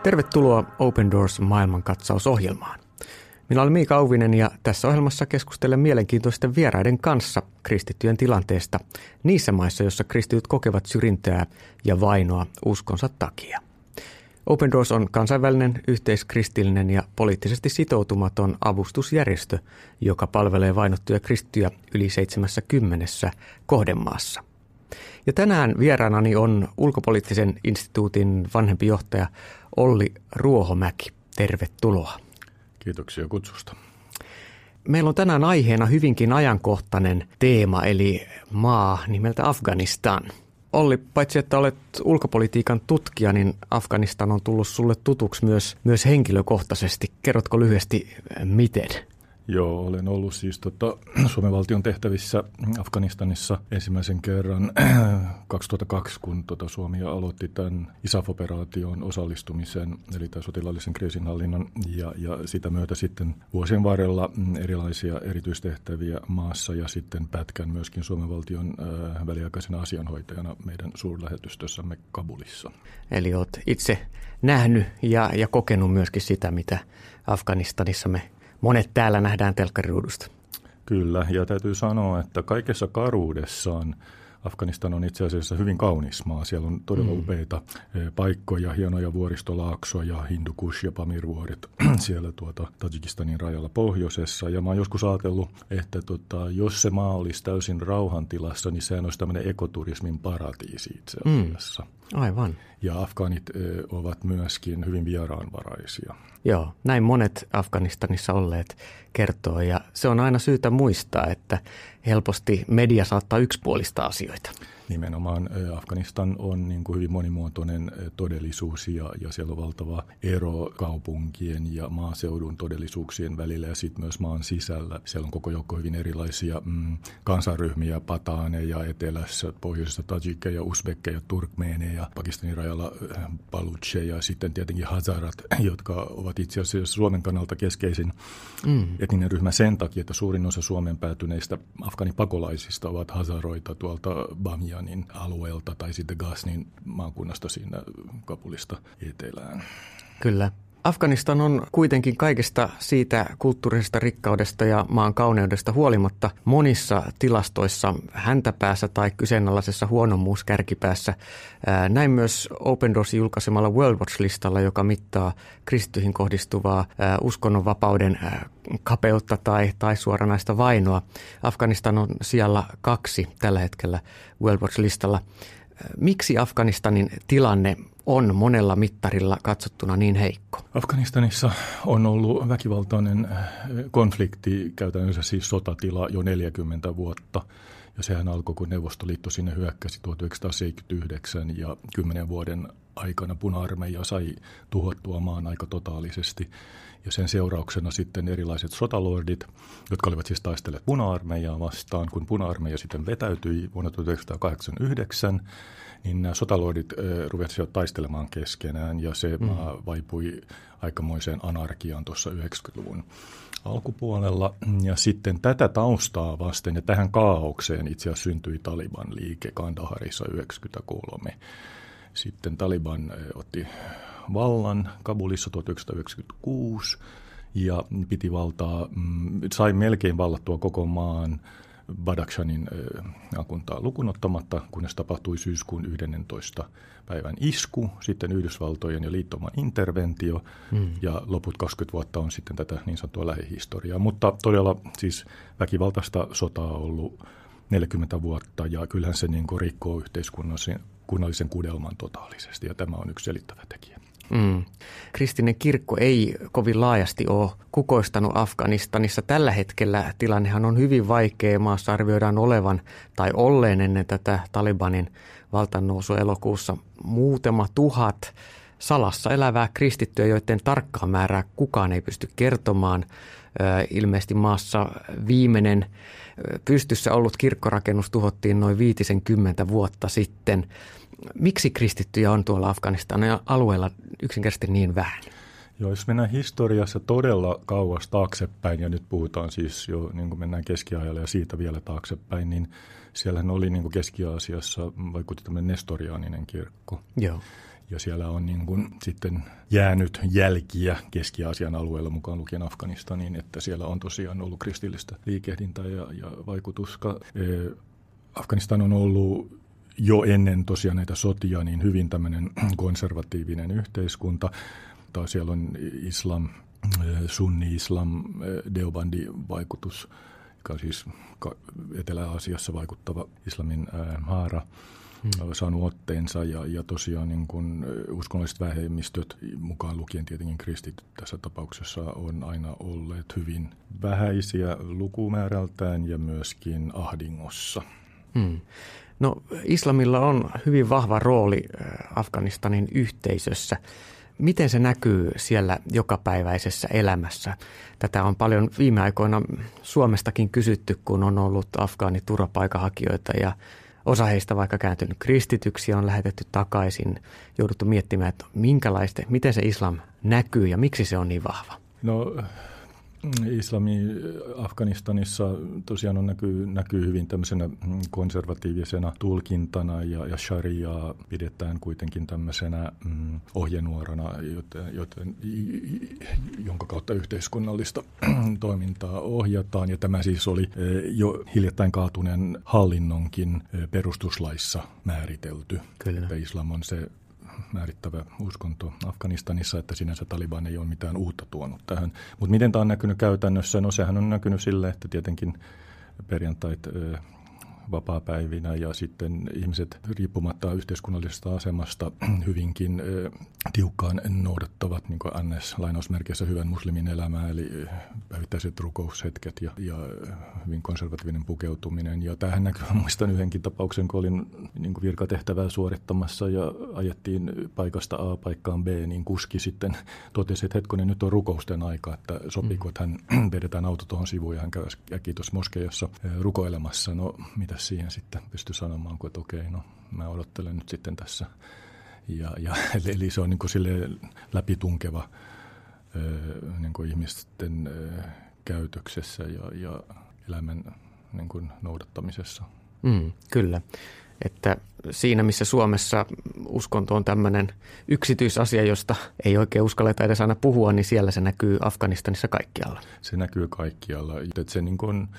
Tervetuloa Open Doors maailmankatsausohjelmaan. Minä olen Miika Auvinen ja tässä ohjelmassa keskustelen mielenkiintoisten vieraiden kanssa kristittyjen tilanteesta niissä maissa, joissa kristityt kokevat syrjintää ja vainoa uskonsa takia. Open Doors on kansainvälinen, yhteiskristillinen ja poliittisesti sitoutumaton avustusjärjestö, joka palvelee vainottuja kristittyjä yli 70 kohdemaassa. Ja tänään vieraanani on Ulkopoliittisen instituutin vanhempi johtaja Olli Ruohomäki. Tervetuloa. Kiitoksia kutsusta. Meillä on tänään aiheena hyvinkin ajankohtainen teema, eli maa nimeltä Afganistan. Olli, paitsi että olet ulkopolitiikan tutkija, niin Afganistan on tullut sulle tutuksi myös henkilökohtaisesti. Kerrotko lyhyesti miten? Joo, olen ollut siis Suomen valtion tehtävissä Afganistanissa ensimmäisen kerran 2002, kun Suomi aloitti tämän ISAF-operaation osallistumisen, eli tämän sotilaallisen kriisinhallinnan, ja sitä myötä sitten vuosien varrella erilaisia erityistehtäviä maassa ja sitten pätkän myöskin Suomen valtion väliaikaisena asianhoitajana meidän suurlähetystössämme Kabulissa. Eli olet itse nähnyt ja kokenut myöskin sitä, mitä Afganistanissa me monet täällä nähdään telkkariruudusta. Kyllä, ja täytyy sanoa, että kaikessa karuudessaan Afganistan on itse asiassa hyvin kaunis maa. Siellä on todella upeita paikkoja, hienoja vuoristolaaksoja, Hindukush ja Pamirvuoret siellä Tadžikistanin rajalla pohjoisessa. Ja mä oon joskus ajatellut, että jos se maa olisi täysin rauhantilassa, niin sehän olisi tämmöinen ekoturismin paratiisi itse asiassa. Aivan. Ja afgaanit ovat myöskin hyvin vieraanvaraisia. Joo, näin monet Afganistanissa olleet kertoo, ja se on aina syytä muistaa, että helposti media saattaa yksipuolista asioita. Nimenomaan Afganistan on niin kuin hyvin monimuotoinen todellisuus ja siellä on valtava ero kaupunkien ja maaseudun todellisuuksien välillä ja sitten myös maan sisällä. Siellä on koko joukko hyvin erilaisia kansanryhmiä, pataaneja etelässä, pohjoisessa tajikkeja, usbekkeja, turkmeeneja, Pakistanin rajalla balutseja ja sitten tietenkin hazarat, jotka ovat itse asiassa Suomen kannalta keskeisin etninen ryhmä sen takia, että suurin osa Suomen päätyneistä afgaanipakolaisista ovat hazaroita tuolta Bamiyan alueelta tai sitten Ghaznin maakunnasta siinä Kabulista etelään. Kyllä. Afganistan on kuitenkin kaikesta siitä kulttuurisesta rikkaudesta ja maan kauneudesta huolimatta monissa tilastoissa häntäpäässä tai kyseenalaisessa huonommuuskärkipäässä. Näin myös Open Doors julkaisemalla World Watch-listalla, joka mittaa kristittyihin kohdistuvaa uskonnonvapauden kapeutta tai suoranaista vainoa. Afganistan on sijalla 2 tällä hetkellä World Watch-listalla. Miksi Afganistanin tilanne on monella mittarilla katsottuna niin heikko? Afganistanissa on ollut väkivaltainen konflikti, käytännössä siis sotatila jo 40 vuotta. Ja sehän alkoi, kun Neuvostoliitto sinne hyökkäsi 1979 ja 10 vuoden aikana Puna-armeija sai tuhottua maan aika totaalisesti. Ja sen seurauksena sitten erilaiset sotalordit, jotka olivat siis taistelleet Puna-armeijaa vastaan, kun Puna-armeija sitten vetäytyi vuonna 1989, niin nämä sotalordit rupesivat taistelemaan keskenään ja se vaipui aikamoiseen anarkiaan tuossa 90-luvun alkupuolella. Ja sitten tätä taustaa vasten ja tähän kaaukseen itse asiassa syntyi Taliban-liike Kandaharissa 1993. Sitten Taliban otti vallan Kabulissa 1996 ja piti valtaa, sai melkein vallattua koko maan Badakhshanin maakuntaa lukunottamatta, kunnes tapahtui syyskuun 11. päivän isku, sitten Yhdysvaltojen ja liittomaan interventio ja loput 20 vuotta on sitten tätä niin sanottua lähihistoriaa. Mutta todella siis väkivaltaista sotaa on ollut 40 vuotta ja kyllähän se niin kuin rikkoo yhteiskunnallisen kudelman totaalisesti ja tämä on yksi selittävä tekijä. Kristillinen kirkko ei kovin laajasti ole kukoistanut Afganistanissa. Tällä hetkellä tilannehan on hyvin vaikea. Maassa arvioidaan olevan tai olleen ennen tätä Talibanin valtannousua elokuussa muutama tuhat salassa elävää kristittyä, joiden tarkkaa määrää kukaan ei pysty kertomaan. Ilmeisesti maassa viimeinen pystyssä ollut kirkkorakennus tuhottiin noin 50 vuotta sitten. Miksi kristittyjä on tuolla Afganistanin alueella yksinkertaisesti niin vähän? Joo, jos mennään historiassa todella kauas taaksepäin, ja nyt puhutaan siis jo niin kuin mennään keskiajalle ja siitä vielä taaksepäin, niin siellähän oli niin kuin Keski-Aasiassa vaikutti tämmöinen nestoriaaninen kirkko. Joo. Ja siellä on niin kuin sitten jäänyt jälkiä Keski-Aasian alueella mukaan lukien Afganistaniin, että siellä on tosiaan ollut kristillistä liikehdintää ja vaikutusta. Afganistan on ollut jo ennen tosiaan näitä sotia niin hyvin tämmöinen konservatiivinen yhteiskunta. Siellä on islam, sunni-islam, Deobandi-vaikutus, joka on siis Etelä-Aasiassa vaikuttava islamin haara. Saanut otteensa ja tosiaan niin kuin uskonnolliset vähemmistöt, mukaan lukien tietenkin kristit tässä tapauksessa, on aina olleet hyvin vähäisiä lukumäärältään ja myöskin ahdingossa. No, islamilla on hyvin vahva rooli Afganistanin yhteisössä. Miten se näkyy siellä jokapäiväisessä elämässä? Tätä on paljon viime aikoina Suomestakin kysytty, kun on ollut afgaaniturvapaikanhakijoita ja osa heistä vaikka kääntynyt kristityksi ja on lähetetty takaisin, jouduttu miettimään, että miten se islam näkyy ja miksi se on niin vahva? No, islami Afganistanissa tosiaan näkyy hyvin tämmöisenä konservatiivisena tulkintana ja shariaa pidetään kuitenkin tämmöisenä ohjenuorana, jonka kautta yhteiskunnallista toimintaa ohjataan. Ja tämä siis oli jo hiljattain kaatuneen hallinnonkin perustuslaissa määritelty. Kyllä. Että islam on se määrittävä uskonto Afganistanissa, että sinänsä Taliban ei ole mitään uutta tuonut tähän. Mutta miten tämä on näkynyt käytännössä? No sehän on näkynyt sille, että tietenkin perjantait vapaapäivinä ja sitten ihmiset riippumatta yhteiskunnallisesta asemasta hyvinkin tiukkaan noudattavat niin kuin NS-lainausmerkeissä hyvän muslimin elämää, eli päivittäiset rukoushetket ja hyvin konservatiivinen pukeutuminen. Ja tämähän näkyy, muistan yhdenkin tapauksen, kun olin niin kuin virkatehtävää suorittamassa ja ajettiin paikasta A paikkaan B, niin kuski sitten totesi, että hetkonen, nyt on rukousten aika, että sopiiko, että hän vedetään auto tuohon sivuun ja hän käy äkkiä tuossa moskeijassa rukoilemassa. No, mitä siihen sitten pystyi sanomaan, että okei, no mä odottelen nyt sitten tässä. Eli se on niin kuin silleen läpitunkeva niin kuin ihmisten käytöksessä ja elämän niin kuin noudattamisessa. Kyllä. Että siinä, missä Suomessa uskonto on tämmöinen yksityisasia, josta ei oikein uskalleta edes aina puhua, niin siellä se näkyy Afganistanissa kaikkialla. Se näkyy kaikkialla. Että se niin kuin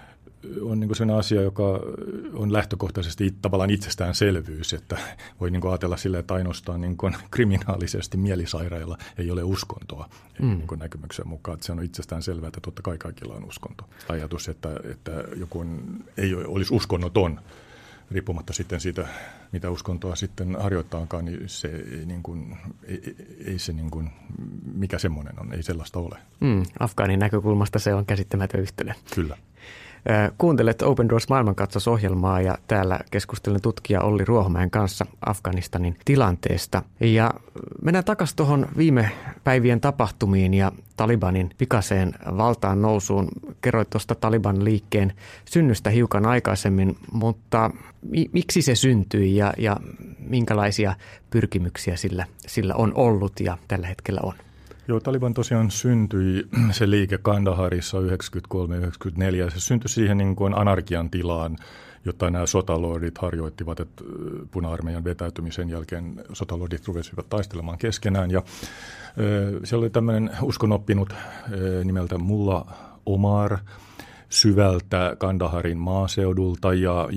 on niin kuin sellainen asia, joka on lähtökohtaisesti tavallaan itsestäänselvyys, että voi niin kuin ajatella silleen, että ainoastaan niin kuin kriminaalisesti mielisairailla ei ole uskontoa niin kuin näkymyksen mukaan. Että se on itsestäänselvää, että totta kai kaikilla on uskonto. Ajatus, että joku ei olisi uskonnoton, riippumatta sitten siitä, mitä uskontoa sitten harjoittaakaan, niin se ei, niin kuin, ei se niin kuin, mikä semmoinen on, ei sellaista ole. Afgaanin näkökulmasta se on käsittämätön yhtälö. Kyllä. Kuuntelet Open Doors maailmankatsaus-ohjelmaa ja täällä keskustelen tutkija Olli Ruohomäen kanssa Afganistanin tilanteesta. Ja mennään takaisin tuohon viime päivien tapahtumiin ja Talibanin pikaiseen valtaan nousuun. Kerroit tuosta Taliban liikkeen synnystä hiukan aikaisemmin, mutta miksi se syntyi ja minkälaisia pyrkimyksiä sillä on ollut ja tällä hetkellä on? Joo, Taliban tosiaan syntyi, se liike Kandaharissa 1993-1994, ja se syntyi siihen niin kuin anarkian tilaan, jotta nämä sotalordit harjoittivat, että puna-armeijan vetäytymisen jälkeen sotalordit ruvesivat taistelemaan keskenään. Ja siellä oli tämmöinen uskonoppinut nimeltä Mulla Omar syvältä Kandaharin maaseudulta, ja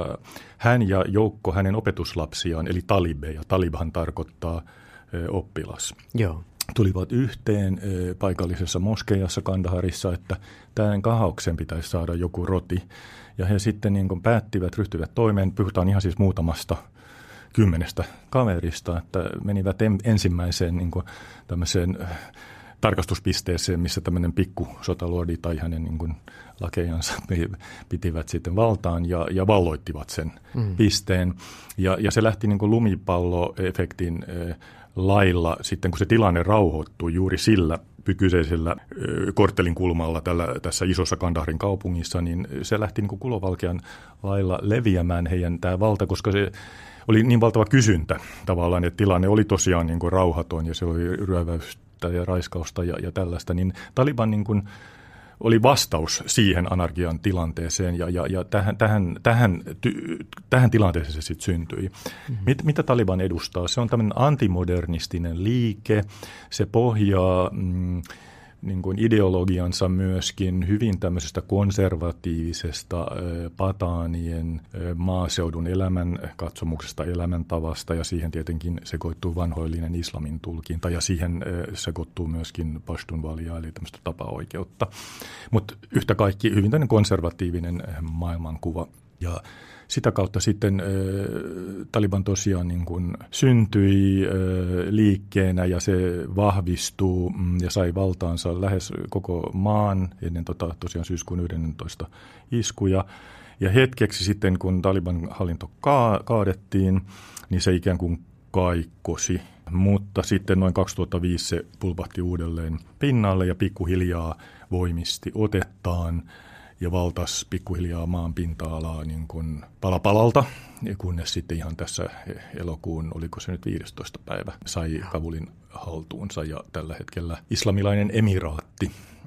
hän ja joukko hänen opetuslapsiaan, eli talibeja, talibhan tarkoittaa oppilas. Joo. Tulivat yhteen paikallisessa moskeijassa Kandaharissa, että tämän kahauksen pitäisi saada joku roti. Ja he sitten niin kuin päättivät, ryhtyivät toimeen, puhutaan ihan siis muutamasta 10 kaverista, että menivät ensimmäiseen niin kuin tämmöiseen tarkastuspisteeseen, missä tämmöinen pikku sotalordi tai hänen niin kuin lakejansa pitivät sitten valtaan ja valloittivat sen pisteen. Ja se lähti niin kuin lumipalloefektin lailla sitten, kun se tilanne rauhoittui juuri sillä kyseisellä korttelin kulmalla tässä isossa Kandaharin kaupungissa, niin se lähti niin kuin kulovalkean lailla leviämään heidän tämä valta, koska se oli niin valtava kysyntä tavallaan, että tilanne oli tosiaan niin kuin rauhaton ja se oli ryöväystä ja raiskausta ja tällaista, niin Taliban niin kuin oli vastaus siihen anarkian tilanteeseen ja tähän tilanteeseen se sitten syntyi. Mitä Taliban edustaa? Se on tämmöinen antimodernistinen liike. Se pohjaa niin kuin ideologiansa myöskin hyvin tämmöisestä konservatiivisesta pataanien maaseudun elämän katsomuksesta, elämäntavasta, ja siihen tietenkin sekoittuu vanhoillinen islamin tulkinta, ja siihen sekoittuu myöskin pashtunvalia, eli tämmöistä tapaoikeutta. Mutta yhtä kaikki hyvin tämmöinen konservatiivinen maailmankuva. Ja sitä kautta sitten Taliban tosiaan niin kuin syntyi liikkeenä ja se vahvistuu ja sai valtaansa lähes koko maan ennen tosiaan syyskuun 11 iskuja. Ja hetkeksi sitten, kun Taliban hallinto kaadettiin, niin se ikään kuin kaikkosi. Mutta sitten noin 2005 se pulpahti uudelleen pinnalle ja pikkuhiljaa voimisti otettaan ja valtasi pikkuhiljaa maan pinta-alaa niin kuin pala palalta, kunnes sitten ihan tässä elokuun, oliko se nyt 15. päivä, sai Kabulin haltuunsa, ja tällä hetkellä islamilainen emiraatti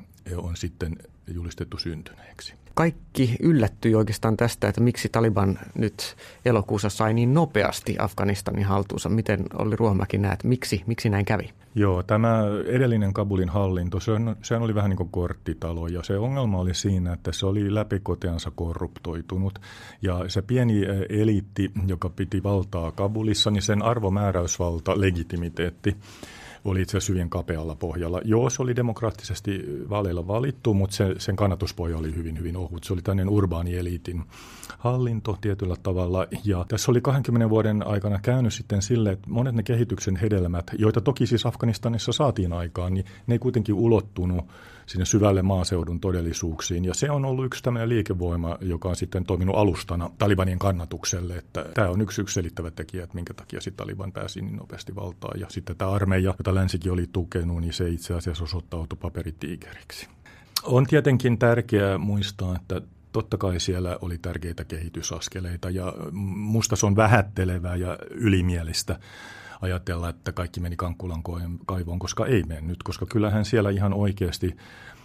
on sitten julistettu syntyneeksi. Kaikki yllättyi oikeastaan tästä, että miksi Taliban nyt elokuussa sai niin nopeasti Afganistanin haltuunsa. Miten Olli Ruohomäki näet, miksi näin kävi? Joo, tämä edellinen Kabulin hallinto, sehän oli vähän niin kuin korttitalo, ja se ongelma oli siinä, että se oli läpikoteansa korruptoitunut, ja se pieni eliitti, joka piti valtaa Kabulissa, niin sen arvomääräysvalta, legitimiteetti, oli itse asiassa hyvin kapealla pohjalla. Joo, se oli demokraattisesti vaaleilla valittu, mutta sen kannatuspohja oli hyvin, hyvin ohut. Se oli tämmöinen urbaani eliitin hallinto tietyllä tavalla. Ja tässä oli 20 vuoden aikana käynyt sitten sille, että monet ne kehityksen hedelmät, joita toki siis Afganistanissa saatiin aikaan, niin ne ei kuitenkin ulottunut sinne syvälle maaseudun todellisuuksiin. Ja se on ollut yksi tämmöinen liikevoima, joka on sitten toiminut alustana Talibanien kannatukselle. Että tämä on yksi selittävä tekijä, että minkä takia sitten Taliban pääsi niin nopeasti valtaan. Ja sitten tämä armeija, jota länsikin oli tukenut, niin se itse asiassa osoittautui paperitiigeriksi. On tietenkin tärkeää muistaa, että totta kai siellä oli tärkeitä kehitysaskeleita, ja musta se on vähättelevää ja ylimielistä ajatella, että kaikki meni Kankkulan kaivoon, koska ei mennyt, koska kyllähän siellä ihan oikeasti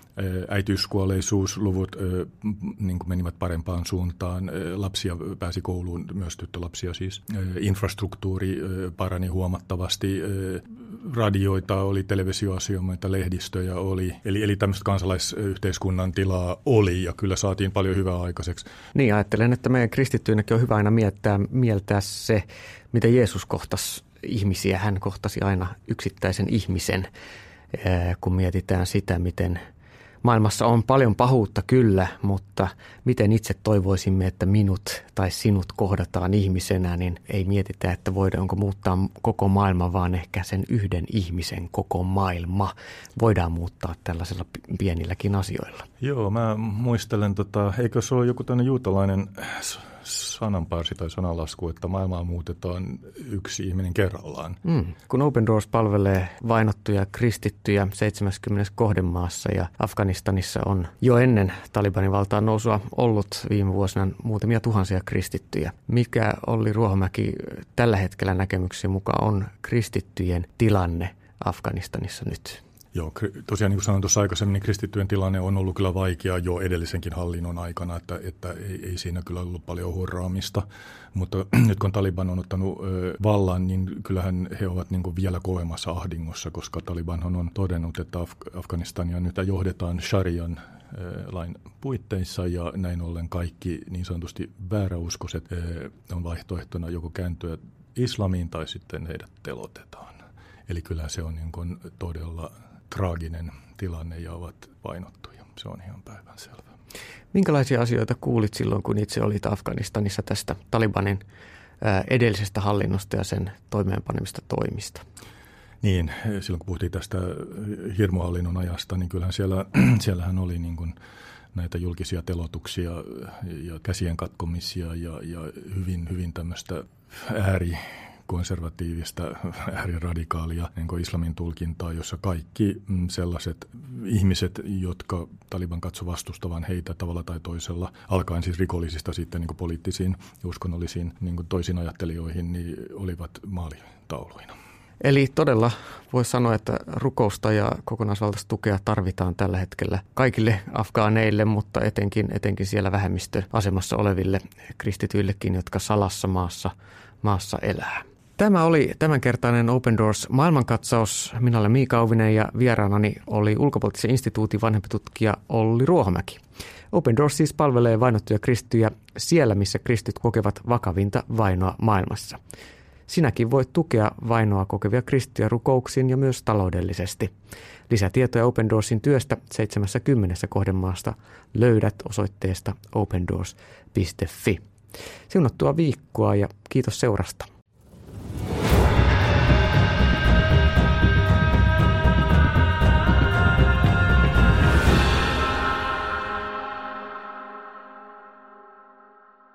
äitiyskuolleisuusluvut niin kuin menivät parempaan suuntaan. Lapsia pääsi kouluun, myös tyttölapsia siis. Infrastruktuuri parani huomattavasti. Radioita oli, televisioasioita, lehdistöjä oli. Eli tämmöistä kansalaisyhteiskunnan tilaa oli, ja kyllä saatiin paljon hyvää aikaiseksi. Niin, ajattelen, että meidän kristittyinäkin on hyvä aina mieltää se, miten Jeesus kohtasi ihmisiä. Hän kohtasi aina yksittäisen ihmisen, kun mietitään sitä, miten maailmassa on paljon pahuutta kyllä, mutta miten itse toivoisimme, että minut tai sinut kohdataan ihmisenä, niin ei mietitä, että voidaanko muuttaa koko maailma, vaan ehkä sen yhden ihmisen koko maailma voidaan muuttaa tällaisilla pienilläkin asioilla. Joo, mä muistelen, eikö se ole joku tämmöinen juutalainen sananparsi tai sanalasku, että maailmaa muutetaan yksi ihminen kerrallaan. Kun Open Doors palvelee vainottuja kristittyjä 70 kohdemaassa ja Afganistanissa on jo ennen Talibanin valtaan nousua ollut viime vuosina muutamia tuhansia kristittyjä. Mikä Olli Ruohomäki tällä hetkellä näkemyksen mukaan on kristittyjen tilanne Afganistanissa nyt? Joo, tosiaan niin kuin sanoin tuossa aikaisemmin, niin kristittyjen tilanne on ollut kyllä vaikea jo edellisenkin hallinnon aikana, että ei siinä kyllä ollut paljon hurraamista. Mutta nyt kun Taliban on ottanut vallan, niin kyllähän he ovat niin kuin vielä kovemmassa ahdingossa, koska Taliban on todennut, että Afganistania nyt johdetaan sharian lain puitteissa, ja näin ollen kaikki niin sanotusti vääräuskoiset on vaihtoehtona joko kääntyä islamiin tai sitten heidät telotetaan. Eli kyllä se on niin kuin todella traaginen tilanne ja ovat vainottuja. Se on ihan päivänselvä. Minkälaisia asioita kuulit silloin, kun itse olit Afganistanissa tästä Talibanin edellisestä hallinnosta ja sen toimeenpanemista toimista? Niin, silloin kun puhuttiin tästä hirmuhallinnon ajasta, niin kyllähän siellähän oli niin kuin näitä julkisia telotuksia ja käsien katkomisia ja hyvin, hyvin tämmöistä konservatiivista, ääriradikaalia niin kuin islamin tulkintaa, jossa kaikki sellaiset ihmiset, jotka Taliban katsoi vastustavan heitä tavalla tai toisella, alkaen siis rikollisista sitten niin kuin poliittisiin ja uskonnollisiin niin kuin toisin ajattelijoihin, niin olivat maalitauluina. Eli todella voi sanoa, että rukousta ja kokonaisvaltaista tukea tarvitaan tällä hetkellä kaikille afgaaneille, mutta etenkin siellä vähemmistöasemassa oleville kristityillekin, jotka salassa maassa elää. Tämä oli tämänkertainen Open Doors maailmankatsaus. Minä olen Miika Auvinen ja vieraanani oli Ulkopoliittisen instituutin vanhempi tutkija Olli Ruohomäki. Open Doors siis palvelee vainottuja kristittyjä siellä, missä kristityt kokevat vakavinta vainoa maailmassa. Sinäkin voit tukea vainoa kokevia kristittyjä rukouksin ja myös taloudellisesti. Lisätietoja Open Doorsin työstä 70 kohdemaasta löydät osoitteesta opendoors.fi. Siunattua viikkoa ja kiitos seurasta.